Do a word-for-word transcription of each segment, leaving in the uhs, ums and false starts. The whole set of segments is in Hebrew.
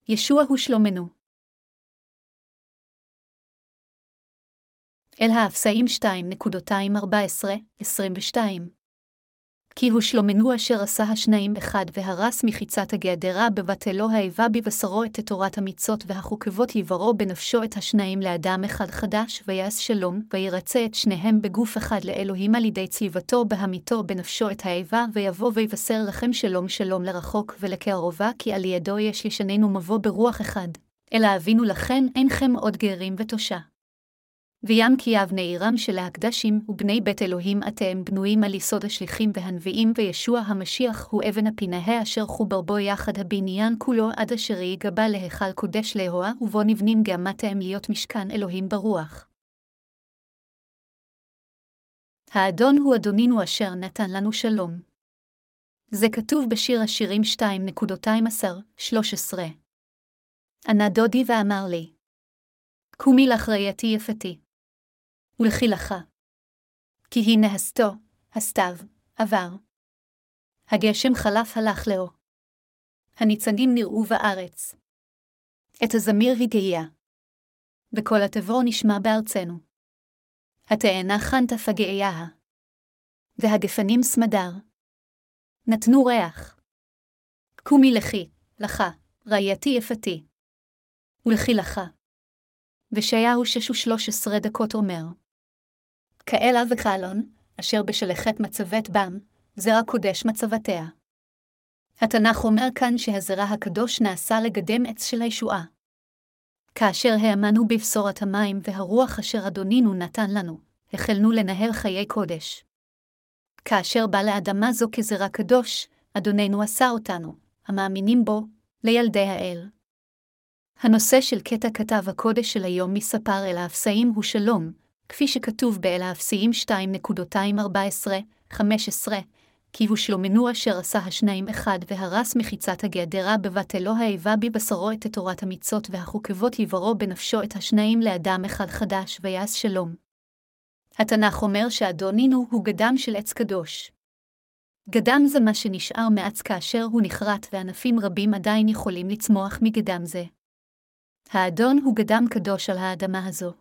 ישוע הוא שלומנו. אל האפסאים שתיים ארבע עשרה עשרים ושתיים. כי הוא שלומנו אשר עשה השניים אחד והרס מחיצת הגדרה בבטלו האיבה בבשרו את תורת המצות והחוקבות יברו בנפשו את השניים לאדם אחד חדש ויעש שלום וירצה את שניהם בגוף אחד לאלוהים על ידי צליבתו בהמיתו בנפשו את האיבה ויבוא ויבשר לכם שלום שלום לרחוק ולקרבה כי על ידו יש לשנינו מבוא ברוח אחד. אלא אבינו לכן אינכם עוד גרים ותושע. וים כי אבני עירם של ההקדשים ובני בית אלוהים אתם בנויים על יסוד השליחים והנביאים וישוע המשיח הוא אבן הפינה אשר חובר בו יחד הבניין כולו עד אשר ייגבה להיכל קודש לאהוה ובו נבנים גם אתם להיות משכן אלוהים ברוח. האדון הוא אדונינו אשר נתן לנו שלום. זה כתוב בשיר השירים שתיים עשר שלוש עשרה. ענה דודי ואמר לי, קומי לך רעייתי יפתי. ולכי לך. כי הנה הסתו, הסתיו, עבר. הגשם חלף הלך לאו. הניצנים נראו בארץ. את הזמיר הגיע. וכל התבור נשמע בארצנו. התאנה חנתה פגעיה. והגפנים סמדר. נתנו ריח. קומי לכי, לך, רעייתי יפתי. ולכי לך. וישעיהו שש ושלוש עשרה דקות אומר. כאלה וקלון, אשר בשלכת מצבת בם, זרע קודש מצבתיה. התנ"ך אומר כאן שהזרע הקדוש נעשה לגדם עץ של הישועה. כאשר האמנו בבשורת המים והרוח אשר אדונינו נתן לנו, החלנו לנהל חיי קודש. כאשר בא לאדמה זו כזרע קדוש, אדוננו עשה אותנו, המאמינים בו, לילדי האל. הנושא של קטע כתב הקודש של היום מספר אל האפסאים הוא שלום, כפי שכתוב באל האפסאים שתיים ארבע עשרה חמש עשרה, כי הוא שלומנו אשר עשה השניים אחד והרס מחיצת הגדרה בבטלו האיבה בבשרו את תורת המצות והחוקבות יברו בנפשו את השניים לאדם אחד חדש ויעש שלום. התנ"ך אומר שאדונינו הוא גדם של עץ קדוש. גדם זה מה שנשאר מעץ כאשר הוא נחרט וענפים רבים עדיין יכולים לצמוח מגדם זה. האדון הוא גדם קדוש על האדמה הזו.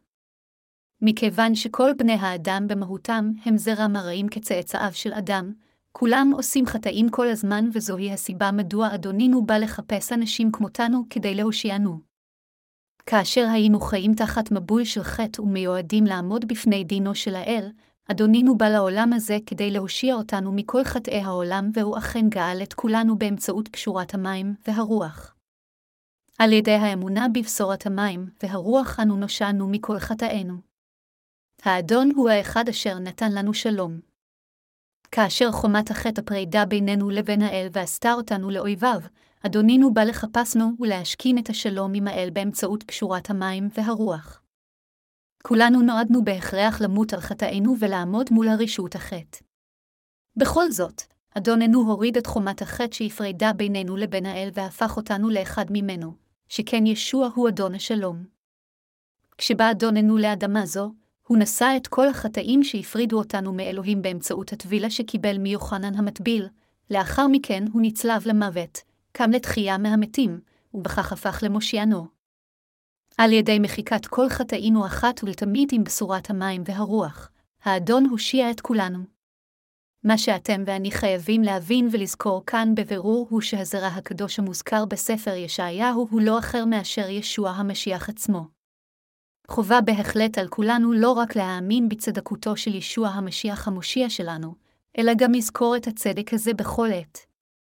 מכיוון שכל בני האדם במהותם הם זרע מרעים כצאצאיו של אדם, כולם עושים חטאים כל הזמן וזוהי הסיבה מדוע אדונינו בא לחפש אנשים כמותנו כדי להושיענו. כאשר היינו חיים תחת מבול של חטא ומיועדים לעמוד בפני דינו של האל, אדונינו בא לעולם הזה כדי להושיע אותנו מכל חטאי העולם והוא אכן גאל את כולנו באמצעות קשורת המים והרוח. על ידי האמונה בבשורת המים והרוח אנו נושענו מכל חטאינו. האדון הוא האחד אשר נתן לנו שלום. כאשר חומת החטא הפרידה בינינו לבין האל ועשתה אותנו לאויביו, אדונינו בא לחפשנו ולהשכין את השלום עם האל באמצעות קשורת המים והרוח. כולנו נועדנו בהכרח למות על חטאינו ולעמוד מול הרשות החטא. בכל זאת, אדוננו הוריד את חומת החטא שהפרידה בינינו לבין האל והפך אותנו לאחד ממנו, שכן ישוע הוא אדון השלום. כשבא אדוננו לאדמה זו, הוא נשא את כל החטאים שהפרידו אותנו מאלוהים באמצעות הטבילה שקיבל מיוחנן המטביל, לאחר מכן הוא נצלב למוות, קם לתחייה מהמתים, ובכך הפך למושיענו. על ידי מחיקת כל חטאינו אחת ולתמיד עם בשורת המים והרוח, האדון הושיע את כולנו. מה שאתם ואני חייבים להבין ולזכור כאן בבירור הוא שהזרע הקדוש המוזכר בספר ישעיהו הוא לא אחר מאשר ישוע המשיח עצמו. חובה בהחלט על כולנו לא רק להאמין בצדקותו של ישוע המשיח המושיע שלנו, אלא גם לזכור את הצדק הזה בכל עת.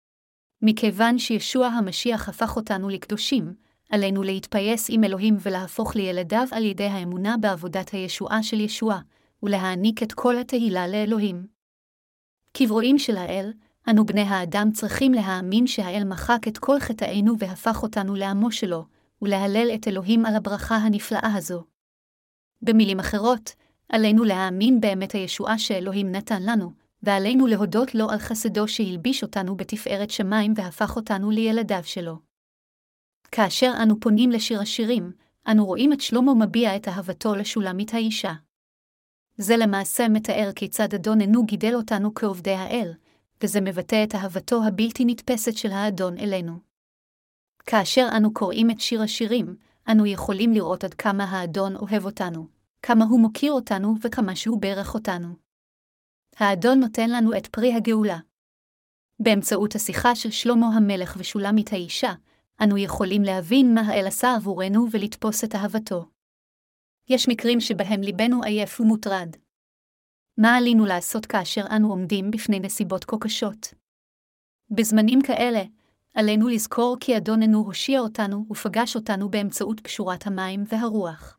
מכיוון שישוע המשיח הפך אותנו לקדושים, עלינו להתפייס עם אלוהים ולהפוך לילדיו על ידי האמונה בעבודת הישועה של ישוע, ולהעניק את כל התהילה לאלוהים. כברואים של האל, אנו בני האדם צריכים להאמין שהאל מחק את כל חטאינו והפך אותנו לעמו שלו, ולהלל את אלוהים על הברכה הנפלאה הזו. במילים אחרות, עלינו להאמין באמת הישועה שאלוהים נתן לנו, ועלינו להודות לו על חסדו שהלביש אותנו בתפארת שמיים והפך אותנו לילדיו שלו. כאשר אנו פונים לשיר השירים, אנו רואים את שלמה מביע את אהבתו לשולמית האישה. זה למעשה מתאר כיצד אדוננו גידל אותנו כעובדי האל, וזה מבטא את אהבתו הבלתי נתפסת של האדון אלינו. כאשר אנו קוראים את שיר השירים, אנו יכולים לראות עד כמה האדון אוהב אותנו, כמה הוא מוקיר אותנו וכמה שהוא ברך אותנו. האדון נותן לנו את פרי הגאולה. באמצעות השיחה של שלמה המלך ושולמית האישה, אנו יכולים להבין מה האל עשה עבורנו ולתפוס את אהבתו. יש מקרים שבהם ליבנו עייף ומוטרד. מה עלינו לעשות כאשר אנו עומדים בפני נסיבות כה קשות? בזמנים כאלה, עלינו לזכור כי אדוננו הושיע אותנו ופגש אותנו באמצעות פשורת המים והרוח.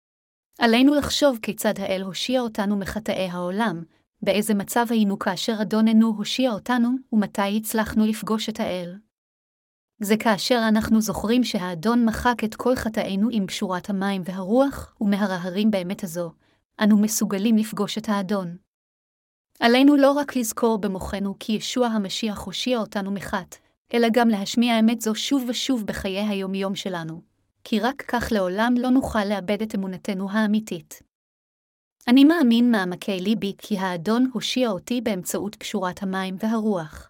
עלינו לחשוב כיצד האל הושיע אותנו מחטאי העולם, באיזה מצב היינו כאשר אדוננו הושיע אותנו ומתי הצלחנו לפגוש את האל. זה כאשר אנחנו זוכרים שהאדון מחק את כל חטאינו עם פשורת המים והרוח ומהרהרים באמת הזו, אנו מסוגלים לפגוש את האדון. עלינו לא רק לזכור במוחנו כי ישוע המשיח הושיע אותנו מחטא, אלא גם להשמיע אמת זו שוב ושוב בחיי היום-יום שלנו, כי רק כך לעולם לא נוכל לאבד את אמונתנו האמיתית. אני מאמין מעמקי ליבי כי האדון הושיע אותי באמצעות פשורת המים והרוח.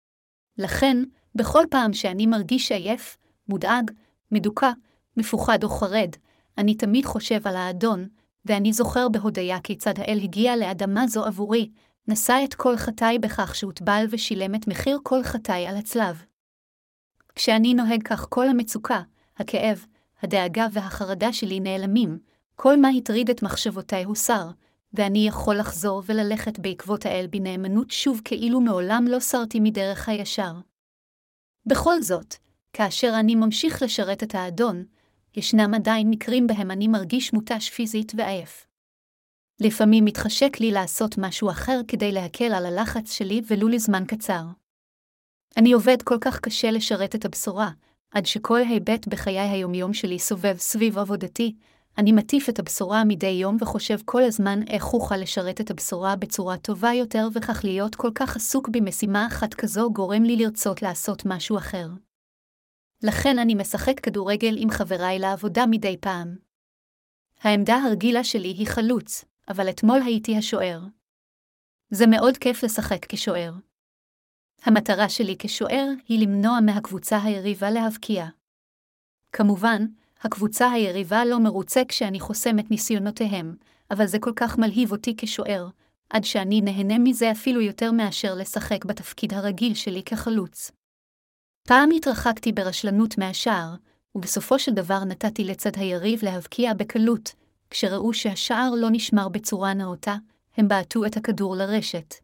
לכן, בכל פעם שאני מרגיש עייף, מודאג, מדוכא, מפוחד או חרד, אני תמיד חושב על האדון, ואני זוכר בהודיה כיצד האל הגיע לאדמה זו עבורי, נשא את כל חטאי בכך שהוטבל ושילם את מחיר כל חטאי על הצלב. כשאני נוהג כך כל המצוקה, הכאב, הדאגה והחרדה שלי נעלמים, כל מה הטריד את מחשבותיי הוסר, ואני יכול לחזור וללכת בעקבות האל בנאמנות שוב כאילו מעולם לא סרתי מדרך הישר. בכל זאת, כאשר אני ממשיך לשרת את האדון, ישנם עדיין מקרים בהם אני מרגיש מותש פיזית ועייף. לפעמים מתחשק לי לעשות משהו אחר כדי להקל על הלחץ שלי ולו לזמן קצר. אני עובד כל כך קשה לשרת את הבשורה, עד שכל היבט בחיי היומיום שלי סובב סביב עבודתי, אני מטיף את הבשורה מדי יום וחושב כל הזמן איך אוכל לשרת את הבשורה בצורה טובה יותר וכך להיות כל כך עסוק במשימה אחת כזו גורם לי לרצות לעשות משהו אחר. לכן אני משחק כדורגל עם חבריי לעבודה מדי פעם. העמדה הרגילה שלי היא חלוץ, אבל אתמול הייתי השוער. זה מאוד כיף לשחק כשוער. המטרה שלי כשוער היא למנוע מהקבוצה היריבה להבקיע. כמובן, הקבוצה היריבה לא מרוצה כשאני חוסם את ניסיונותיהם, אבל זה כל כך מלהיב אותי כשוער, עד שאני נהנה מזה אפילו יותר מאשר לשחק בתפקיד הרגיל שלי כחלוץ. פעם התרחקתי ברשלנות מהשער, ובסופו של דבר נתתי לצד היריב להבקיע בקלות, כשראו שהשער לא נשמר בצורה נאותה, הם בעטו את הכדור לרשת.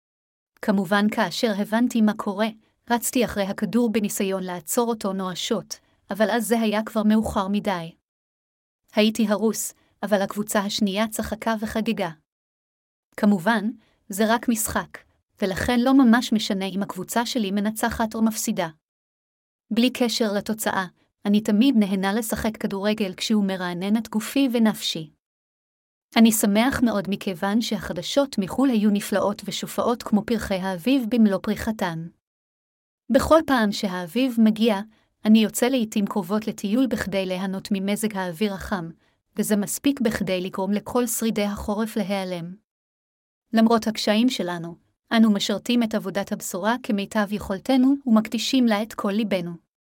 כמובן כאשר הבנתי מה קורה, רצתי אחרי הכדור בניסיון לעצור אותו נואשות, אבל אז זה היה כבר מאוחר מדי. הייתי הרוס, אבל הקבוצה השנייה צחקה וחגגה. כמובן, זה רק משחק, ולכן לא ממש משנה אם הקבוצה שלי מנצחת או מפסידה. בלי קשר לתוצאה, אני תמיד נהנה לשחק כדורגל כשהוא מרענן את גופי ונפשי. אני שמח מאוד מכיוון שהחדשות מחול היו נפלאות ושופעות כמו פרחי האביב במלוא פריחתן. בכל פעם שהאביב מגיע, אני יוצא לעתים קרובות לטיול בכדי ליהנות ממזג האוויר החם, וזה מספיק בכדי לגרום לכל שרידי החורף להיעלם. למרות הקשיים שלנו, אנו משרתים את עבודת הבשורה כמיטב יכולתנו ומקדישים לה את כל ליבנו.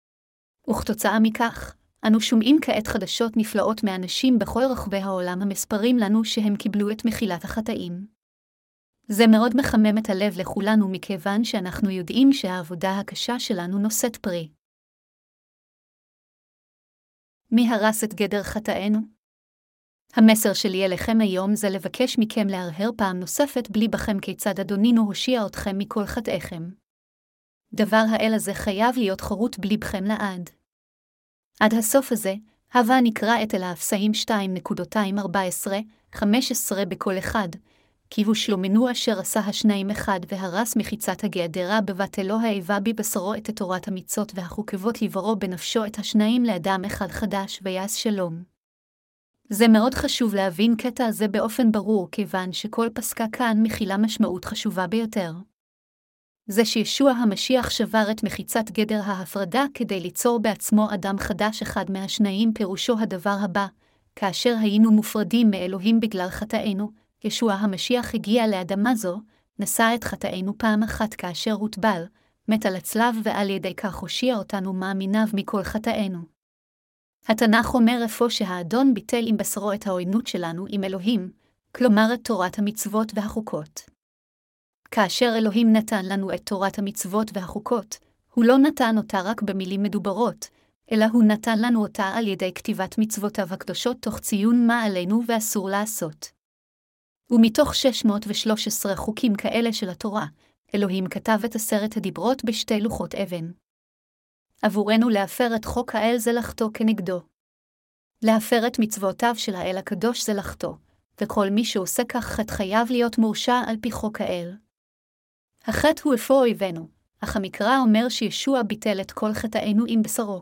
וכתוצאה מכך, אנו שומעים כעת חדשות נפלאות מאנשים בכל רחבי העולם המספרים לנו שהם קיבלו את מחילת החטאים. זה מאוד מחמם את הלב לכולנו מכיוון שאנחנו יודעים שהעבודה הקשה שלנו נושאת פרי. מי הרס את גדר חטאינו? המסר שלי אליכם היום זה לבקש מכם להרהר פעם נוספת בלי בכם כיצד אדונינו הושיע אתכם מכל חטאיכם. דבר האל הזה חייב להיות חרוט בליבכם לעד. עד הסוף הזה, הווה נקרא את אל האפסאים שתיים ארבע עשרה חמש עשרה בכל אחד, כי הוא שלומנו אשר עשה השניים אחד והרס מחיצת הגדרה בבטלו האיבה בבשרו את תורת המצות והחוקבות לברו בנפשו את השניים לאדם אחד חדש ויעש שלום. זה מאוד חשוב להבין קטע הזה באופן ברור כיוון שכל פסקה כאן מכילה משמעות חשובה ביותר. זה שישוע המשיח שבר את מחיצת גדר ההפרדה כדי ליצור בעצמו אדם חדש אחד מהשניים פירושו הדבר הבא, כאשר היינו מופרדים מאלוהים בגלל חטאינו, ישוע המשיח הגיע לאדמה זו, נשא את חטאינו פעם אחת כאשר הוטבל, מת על הצלב ועל ידי כך הושיע אותנו מאמיניו מכל חטאינו. התנ"ך אומר אפוא שהאדון ביטל עם בשרו את העוינות שלנו עם אלוהים, כלומר את תורת המצוות והחוקות. כאשר אלוהים נתן לנו את תורת המצוות והחוקות, הוא לא נתן אותה רק במילים מדוברות, אלא הוא נתן לנו אותה על ידי כתיבת מצוותיו הקדושות תוך ציון מה עלינו ואסור לעשות. ומתוך שש מאות ושלוש עשרה חוקים כאלה של התורה, אלוהים כתב את עשרת הדיברות בשתי לוחות אבן. עבורנו להפר את חוק האל זה לחטוא כנגדו. להפר את מצוותיו של האל הקדוש זה לחטוא, וכל מי שעושה כך חטא חייב להיות מורשע על פי חוק האל. החטא הוא אפוא אויבנו, אך המקרא אומר שישוע ביטל את כל חטאינו עם בשרו.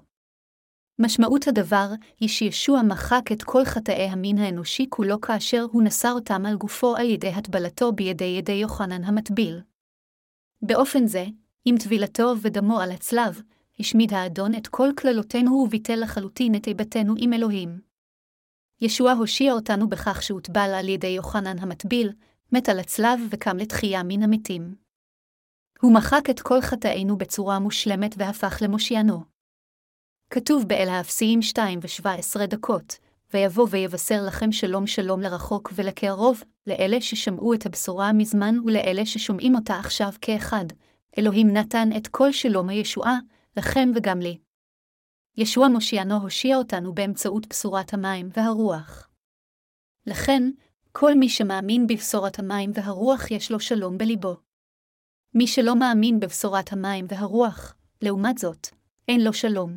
משמעות הדבר היא שישוע מחק את כל חטאי המין האנושי כולו כאשר הוא נשא אותם על גופו על ידי הטבלתו בידי ידי יוחנן המטביל. באופן זה, עם טבילתו ודמו על הצלב, השמיד האדון את כל כללותינו וביטל לחלוטין את איבתנו עם אלוהים. ישוע הושיע אותנו בכך שהוטבל על ידי יוחנן המטביל, מת על הצלב וקם לתחייה מן המתים. הוא מחק את כל חטאינו בצורה מושלמת והפך למושיענו. כתוב באל האפסיים שתיים ושבע עשרה דקות, ויבוא ויבשר לכם שלום שלום לרחוק ולקרוב, לאלה ששמעו את הבשורה מזמן ולאלה ששומעים אותה עכשיו כאחד. אלוהים נתן את כל שלום הישועה, לכם וגם לי. ישוע מושיענו הושיע אותנו באמצעות בשורת המים והרוח. לכן, כל מי שמאמין בבשורת המים והרוח יש לו שלום בליבו. מי שלא מאמין בבשורת המים והרוח, לעומת זאת, אין לו שלום.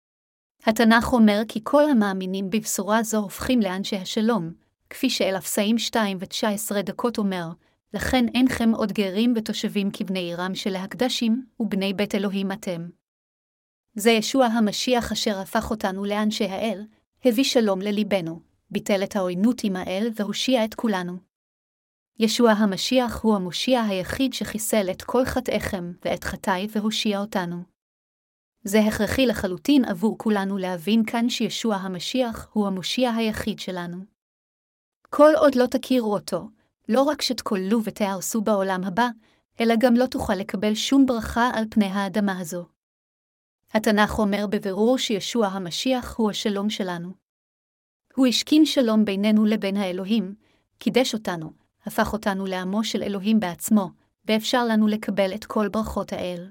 התנ"ך אומר כי כל המאמינים בבשורה זו הופכים לאנשי השלום, כפי שאל אפסאים שתיים ותשע עשרה דקות אומר, לכן אינכם עוד גרים ותושבים כבני עירם של ההקדשים, ובני בית אלוהים אתם. זה ישוע המשיח אשר הפך אותנו לאנשי האל, הביא שלום לליבנו, ביטל את העוינות עם האל והושיע את כולנו. ישוע המשיח הוא המושיע היחיד שחיסל את כל חטאיכם ואת חטאי והושיע אותנו. זה הכרחי לחלוטין עבור כולנו להבין כאן שישוע המשיח הוא המושיע היחיד שלנו. כל עוד לא תכירו אותו, לא רק שתקוללו ותהרסו בעולם הבא, אלא גם לא תוכל לקבל שום ברכה על פני האדמה הזו. התנ"ך אומר בבירור שישוע המשיח הוא השלום שלנו. הוא השכין שלום בינינו לבין האלוהים, קידש אותנו, הפך אותנו לעמו של אלוהים בעצמו, ואפשר לנו לקבל את כל ברכות האל.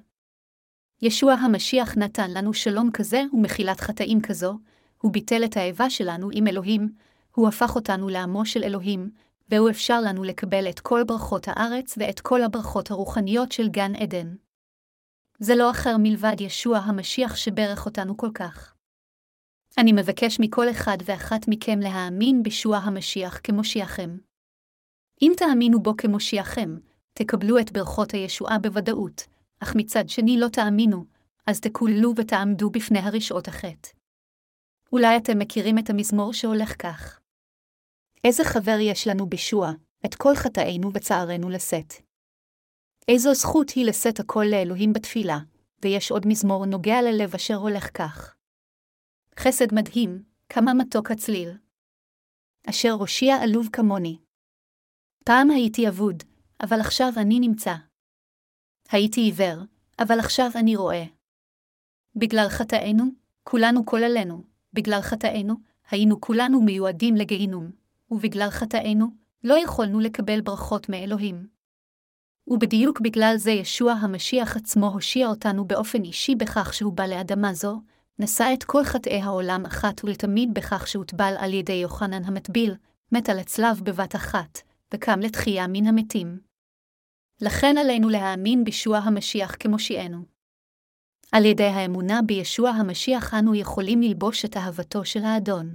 ישוע המשיח נתן לנו שלום כזה ומחילת חטאים כזו, הוא ביטל את האיבה שלנו עם אלוהים, הוא הפך אותנו לעמו של אלוהים, והוא אפשר לנו לקבל את כל ברכות הארץ ואת כל הברכות הרוחניות של גן עדן. זה לא אחר מלבד ישוע המשיח שברך אותנו כל כך. אני מבקש מכל אחד ואחת מכם להאמין בישוע המשיח כמושיעכם. אם תאמינו בו כמושיעכם, תקבלו את ברכות הישועה בוודאות, אך מצד שני לא תאמינו, אז תקוללו ותעמדו בפני הרשעות החטא. אולי אתם מכירים את המזמור שהולך כך. איזה חבר יש לנו בישוע, את כל חטאינו וצערנו לשאת. איזו זכות היא לשאת הכל לאלוהים בתפילה, ויש עוד מזמור נוגע ללב אשר הולך כך. חסד מדהים, כמה מתוק הצליל. אשר הושיע עלוב כמוני. פעם הייתי אבוד, אבל עכשיו אני נמצא. הייתי עיוור, אבל עכשיו אני רואה. בגלל חטאינו, כולנו כוללנו, בגלל חטאינו, היינו כולנו מיועדים לגיהינום, ובגלל חטאינו, לא יכולנו לקבל ברכות מאלוהים. ובדיוק בגלל זה ישוע המשיח עצמו הושיע אותנו באופן אישי בכך שהוא בא לאדמה זו, נשא את כל חטאי העולם אחת ולתמיד בכך שהוטבל על ידי יוחנן המטביל, מת על הצלב בבת אחת, וקם לתחייה מן המתים. לכן עלינו להאמין בישוע המשיח כמושיענו. על ידי האמונה בישוע המשיח אנו יכולים ללבוש את אהבתו של האדון.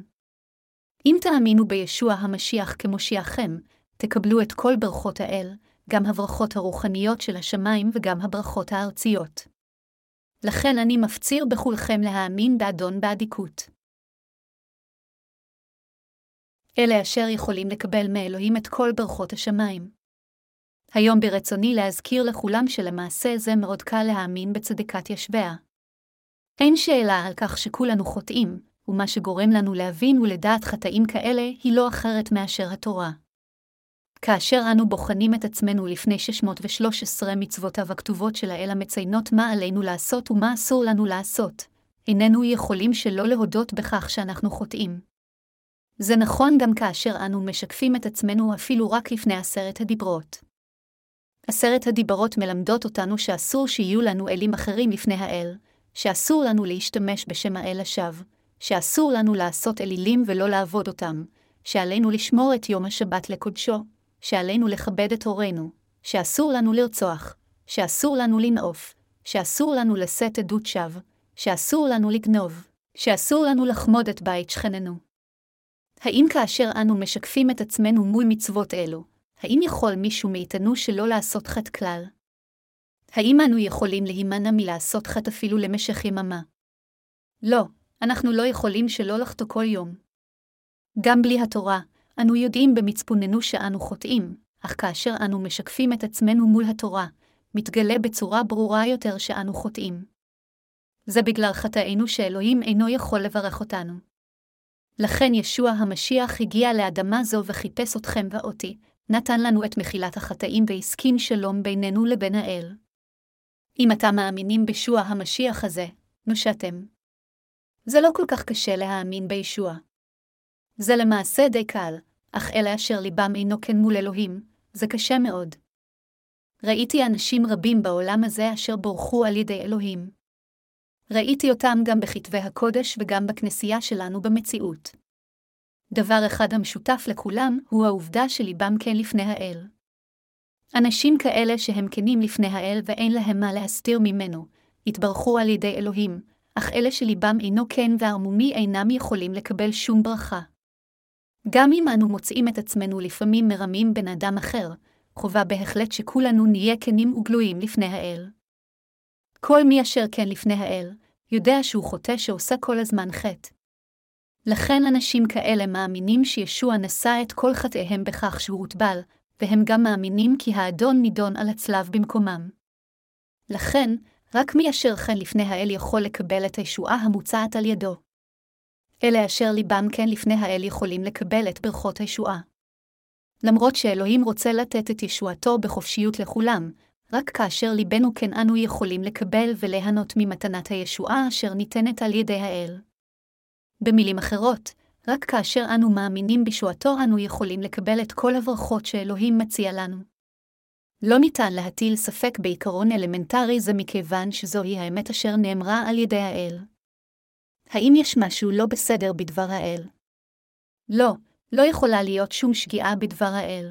אם תאמינו בישוע המשיח כמושיעכם, תקבלו את כל ברכות האל, גם הברכות הרוחניות של השמיים וגם הברכות הארציות. לכן אני מפציר בכולכם להאמין באדון באדיקות. אלה אשר יכולים לקבל מאלוהים את כל ברכות השמיים. היום ברצוני להזכיר לכולם שלמעשה זה מאוד קל להאמין בצדקת ישביה. אין שאלה על כך שכולנו חוטאים, ומה שגורם לנו להבין ולדעת חטאים כאלה היא לא אחרת מאשר התורה. כאשר אנו בוחנים את עצמנו לפני שש מאות ושלוש עשרה מצוותיו הכתובות של האל המציינות מה עלינו לעשות ומה אסור לנו לעשות, איננו יכולים שלא להודות בכך שאנחנו חוטאים. זה נכון גם כאשר אנו משקפים את עצמנו אפילו רק לפני עשרת הדיברות. עשרת הדיברות מלמדות אותנו שאסור שיהיו לנו אלים אחרים לפני האל, שאסור לנו להשתמש בשם האל לשווא, שאסור לנו לעשות אלילים ולא לעבוד אותם, שעלינו לשמור את יום השבת לקודשו, שעלינו לכבד את הורינו, שאסור לנו לרצוח, שאסור לנו לנאוף, שאסור לנו לשאת עדות שווא, שאסור לנו לגנוב, שאסור לנו לחמוד את בית שכננו. האם כאשר אנו משקפים את עצמנו מול מצוות אלו, האם יכול מישהו מאיתנו שלא לעשות חטא כלל? האם אנו יכולים להימנע מלעשות חטא אפילו למשך יממה? לא, אנחנו לא יכולים שלא לחטוא כל יום. גם בלי התורה, אנו יודעים במצפוננו שאנו חוטאים, אך כאשר אנו משקפים את עצמנו מול התורה, מתגלה בצורה ברורה יותר שאנו חוטאים. זה בגלל חטאינו שאלוהים אינו יכול לברך אותנו. לכן ישוע המשיח הגיע לאדמה זו וחיפש אתכם ואותי, נתן לנו את מחילת החטאים והסכין שלום בינינו לבין האל. אם אתם מאמינים בישוע המשיח הזה, נושעתם. זה לא כל כך קשה להאמין בישוע. זה למעשה די קל, אך אלה אשר ליבם אינו כן מול אלוהים, זה קשה מאוד. ראיתי אנשים רבים בעולם הזה אשר בורחו על ידי אלוהים. ראיתי אותם גם בכתבי הקודש וגם בכנסייה שלנו במציאות. דבר אחד המשותף לכולם הוא העובדה שליבם כן לפני האל. אנשים כאלה שהם כנים לפני האל ואין להם מה להסתיר ממנו, התברכו על ידי אלוהים, אך אלה שליבם אינו כן וערמומי אינם יכולים לקבל שום ברכה. גם אם אנו מוצאים את עצמנו לפעמים מרמים בן אדם אחר, חובה בהחלט שכולנו נהיה כנים וגלויים לפני האל. כל מי אשר כן לפני האל, יודע שהוא חוטא שעושה כל הזמן חטא. לכן אנשים כאלה מאמינים שישוע נשא את כל חטאיהם בכך שהוא הוטבל, והם גם מאמינים כי האדון נידון על הצלב במקומם. לכן, רק מי אשר כן לפני האל יכול לקבל את הישועה המוצעת על ידו. אלה אשר ליבם כן לפני האל יכולים לקבל את ברכות הישועה. למרות שאלוהים רוצה לתת את ישועתו בחופשיות לכולם, רק כאשר ליבנו כן אנו יכולים לקבל וליהנות ממתנת הישועה אשר ניתנת על ידי האל. במילים אחרות, רק כאשר אנו מאמינים בישועתו אנו יכולים לקבל את כל הברכות שאלוהים מציע לנו. לא ניתן להטיל ספק בעיקרון אלמנטרי זה מכיוון שזוהי האמת אשר נאמרה על ידי האל. האם יש משהו לא בסדר בדבר האל? לא, לא יכולה להיות שום שגיאה בדבר האל.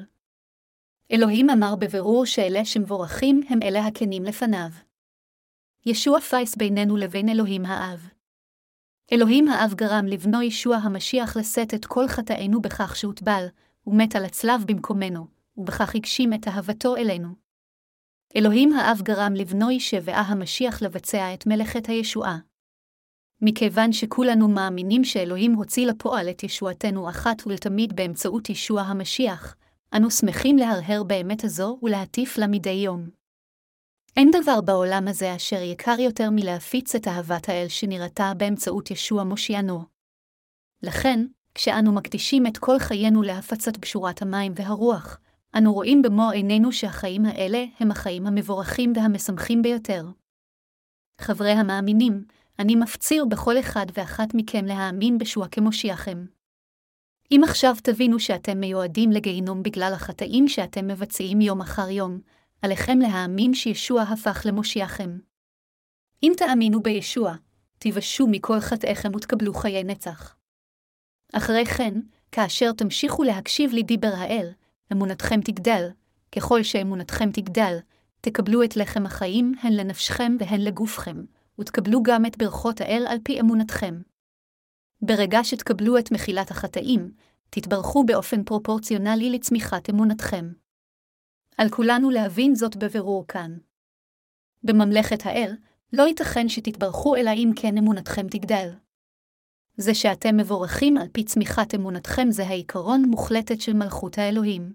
אלוהים אמר בבירור שאלה שמבורכים הם אלה הכנים לפניו. ישוע פייס בינינו לבין אלוהים האב. אלוהים האב גרם לבנו ישוע המשיח לשאת את כל חטאינו בכך שהוטבל, ומת על הצלב במקומנו, ובכך הגשים את אהבתו אלינו. אלוהים האב גרם לבנו ישוע המשיח לבצע את מלאכת הישועה. מכיוון שכולנו מאמינים שאלוהים הוציא לפועל את ישועתנו אחת ולתמיד באמצעות ישוע המשיח, אנו שמחים להרהר באמת הזו ולהטיף לה מדי יום. אין דבר בעולם הזה אשר יקר יותר מלהפיץ את אהבת האל שנראתה באמצעות ישוע מושיענו. לכן, כשאנו מקדישים את כל חיינו להפצת בשורת המים והרוח, אנו רואים במו עינינו שהחיים האלה הם החיים המבורכים והמשמחים ביותר. חברי המאמינים, אני מפציר בכל אחד ואחת מכם להאמין בישוע כמושיעכם. אם עכשיו תבינו שאתם מיועדים לגיהינום בגלל החטאים שאתם מבצעים יום אחר יום, עליכם להאמין שישוע הפך למושיעכם. אם תאמינו בישוע, תיוושעו מכל חטאיכם ותקבלו חיי נצח. אחרי כן, כאשר תמשיכו להקשיב לדיבר האל, אמונתכם תגדל, ככל שאמונתכם תגדל, תקבלו את לחם החיים הן לנפשכם והן לגופכם, ותקבלו גם את ברכות האל על פי אמונתכם. ברגע שתקבלו את מחילת החטאים, תתברכו באופן פרופורציונלי לצמיחת אמונתכם. על כולנו להבין זאת בבירור כאן. בממלכת האל, לא ייתכן שתתברכו אלא אם כן אמונתכם תגדל. זה שאתם מבורכים על פי צמיחת אמונתכם זה העיקרון מוחלטת של מלכות האלוהים.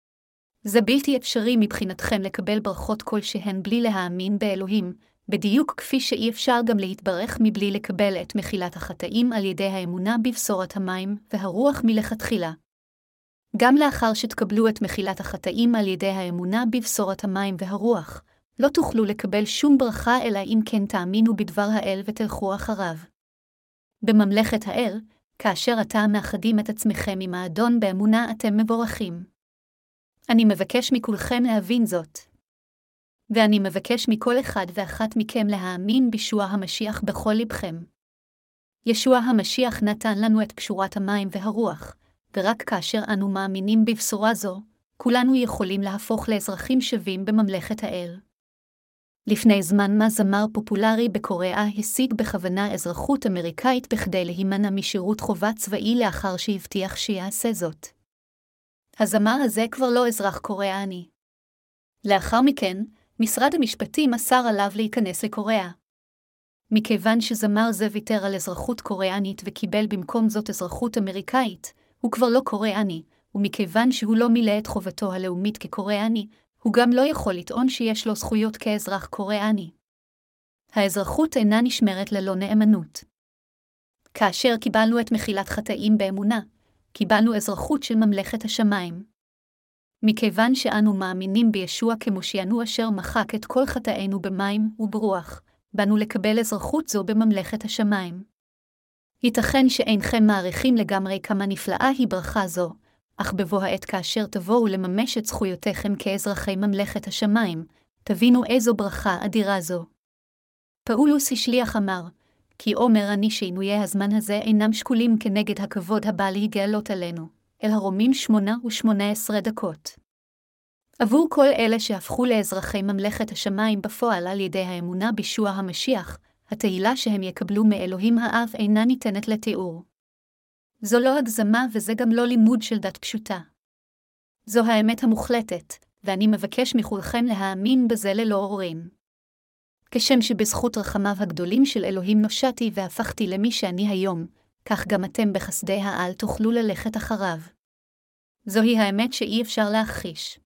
זה בלתי אפשרי מבחינתכם לקבל ברכות כלשהן בלי להאמין באלוהים, בדיוק כפי שאי אפשר גם להתברך מבלי לקבל את מחילת החטאים על ידי האמונה בבשורת המים והרוח מלכתחילה. גם לאחר שתקבלו את מחילת החטאים על ידי האמונה בבשורת המים והרוח, לא תוכלו לקבל שום ברכה אלא אם כן תאמינו בדבר האל ותלכו אחריו. בממלכת האל, כאשר אתם מאחדים את עצמכם עם האדון באמונה אתם מבורכים. אני מבקש מכולכם להבין זאת. ואני מבקש מכל אחד ואחת מכם להאמין בישוע המשיח בכל לבכם. ישוע המשיח נתן לנו את פשורת המים והרוח, ורק כאשר אנו מאמינים בבשורה זו, כולנו יכולים להפוך לאזרחים שווים בממלכת האל. לפני זמן מה זמר פופולרי בקוריאה השיג בכוונה אזרחות אמריקאית בכדי להימנע משירות חובה צבאי לאחר שהבטיח שיעשה זאת. הזמר הזה כבר לא אזרח קוריאני. לאחר מכן, משרד המשפטים אסר עליו להיכנס לקוריאה. מכיוון שזמר זה ויתר על אזרחות קוריאנית וקיבל במקום זאת אזרחות אמריקאית, הוא כבר לא קוריאני, ומכיוון שהוא לא מילא את חובתו הלאומית כקוריאני, הוא גם לא יכול לטעון שיש לו זכויות כאזרח קוריאני. האזרחות אינה נשמרת ללא נאמנות. כאשר קיבלנו את מחילת חטאים באמונה, קיבלנו אזרחות של ממלכת השמיים. מכיוון שאנו מאמינים בישוע כמושיענו אשר מחק את כל חטאינו במים וברוח, באנו לקבל אזרחות זו בממלכת השמיים. ייתכן שאינכם מעריכים לגמרי כמה נפלאה היא ברכה זו, אך בבוא העת כאשר תבואו לממש את זכויותיכם כאזרחי ממלכת השמיים, תבינו איזו ברכה אדירה זו. פאולוס השליח אמר, כי אומר אני שעינויי הזמן הזה אינם שקולים כנגד הכבוד הבא להיגאלות עלינו, אל הרומים שמונה ושמונה עשרה דקות. עבור כל אלה שהפכו לאזרחי ממלכת השמיים בפועל על ידי האמונה בישוע המשיח, התהילה שהם יקבלו מאלוהים האב אינה ניתנת לתיאור. זו לא הגזמה וזה גם לא לימוד של דת פשוטה. זו האמת המוחלטת, ואני מבקש מכולכם להאמין בזה ללא עוררין. כשם שבזכות רחמיו הגדולים של אלוהים נושעתי והפכתי למי שאני היום, כך גם אתם בחסדי העל תוכלו ללכת אחריו. זוהי האמת שאי אפשר להכחיש.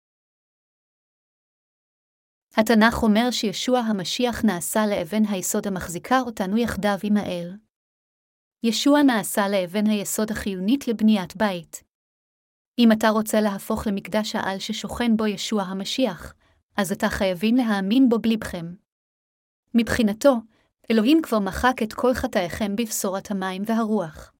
התנ"ך אומר שישוע המשיח נעשה לאבן היסוד המחזיקה אותנו יחדיו עם האל. ישוע נעשה לאבן היסוד החיונית לבניית בית. אם אתה רוצה להפוך למקדש העל ששוכן בו ישוע המשיח, אז אתה חייבים להאמין בו בלבכם. מבחינתו, אלוהים כבר מחק את כל חטאיכם בבשורת המים והרוח.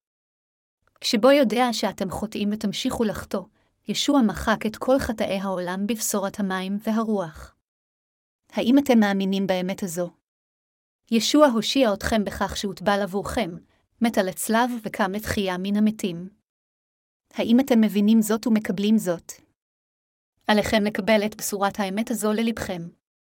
כשבו יודע שאתם חוטאים ותמשיכו לחטוא, ישוע מחק את כל חטאי העולם בבשורת המים והרוח. האם אתם מאמינים באמת הזו? ישוע הושיע אתכם בכך שהוטבל עבורכם, מת על הצלב וקם לתחייה מן המתים. האם אתם מבינים זאת ומקבלים זאת? עליכם לקבל את בשורת האמת הזו ללבכם.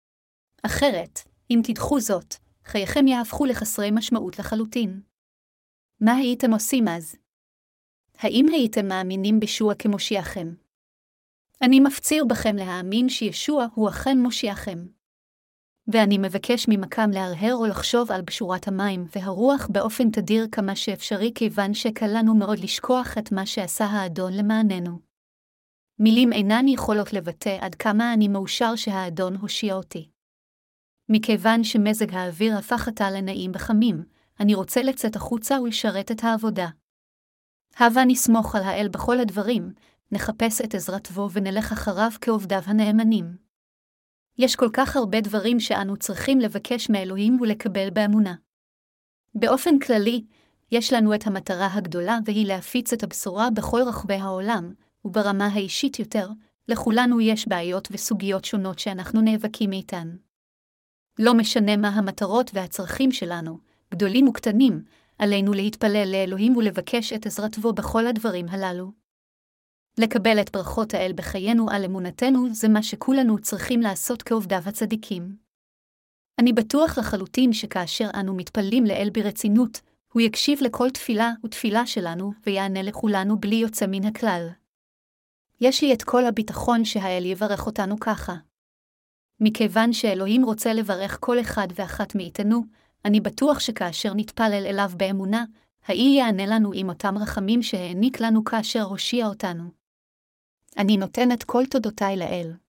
אחרת, אם תדחו זאת, חייכם יהפכו לחסרי משמעות לחלוטין. מה הייתם עושים אז? האם הייתם מאמינים בישוע כמושיעכם? אני מפציר בכם להאמין שישוע הוא אכן מושיעכם. ואני מבקש ממקם להרהר או לחשוב על בשורת המים והרוח באופן תדיר כמה שאפשרי כיוון שקל לנו מאוד לשכוח את מה שעשה האדון למעננו. מילים אינן יכולות לבטא עד כמה אני מאושר שהאדון הושיע אותי. מכיוון שמזג האוויר הפך עתה לנעים וחמים, אני רוצה לצאת החוצה ולשרת את העבודה. הבה נסמוך על האל בכל הדברים, נחפש את עזרתו ונלך אחריו כעובדיו הנאמנים. יש כל כך הרבה דברים שאנו צריכים לבקש מאלוהים ולקבל באמונה. באופן כללי, יש לנו את המטרה הגדולה והיא להפיץ את הבשורה בכל רחבי העולם, וברמה האישית יותר, לכולנו יש בעיות וסוגיות שונות שאנחנו נאבקים איתן. לא משנה מה המטרות והצרכים שלנו, גדולים וקטנים, עלינו להתפלל לאלוהים ולבקש את עזרתו בכל הדברים הללו. לקבל את ברכות האל בחיינו על אמונתנו זה מה שכולנו צריכים לעשות כעובדיו הצדיקים. אני בטוח לחלוטין שכאשר אנו מתפללים לאל ברצינות, הוא יקשיב לכל תפילה ותפילה שלנו ויענה לכולנו בלי יוצא מן הכלל. יש לי את כל הביטחון שהאל יברך אותנו ככה. מכיוון שאלוהים רוצה לברך כל אחד ואחת מאיתנו, אני בטוח שכאשר נתפלל אליו באמונה, האי יענה לנו עם אותם רחמים שהעניק לנו כאשר הושיע אותנו. אני נותנת כל תודותיי לאל.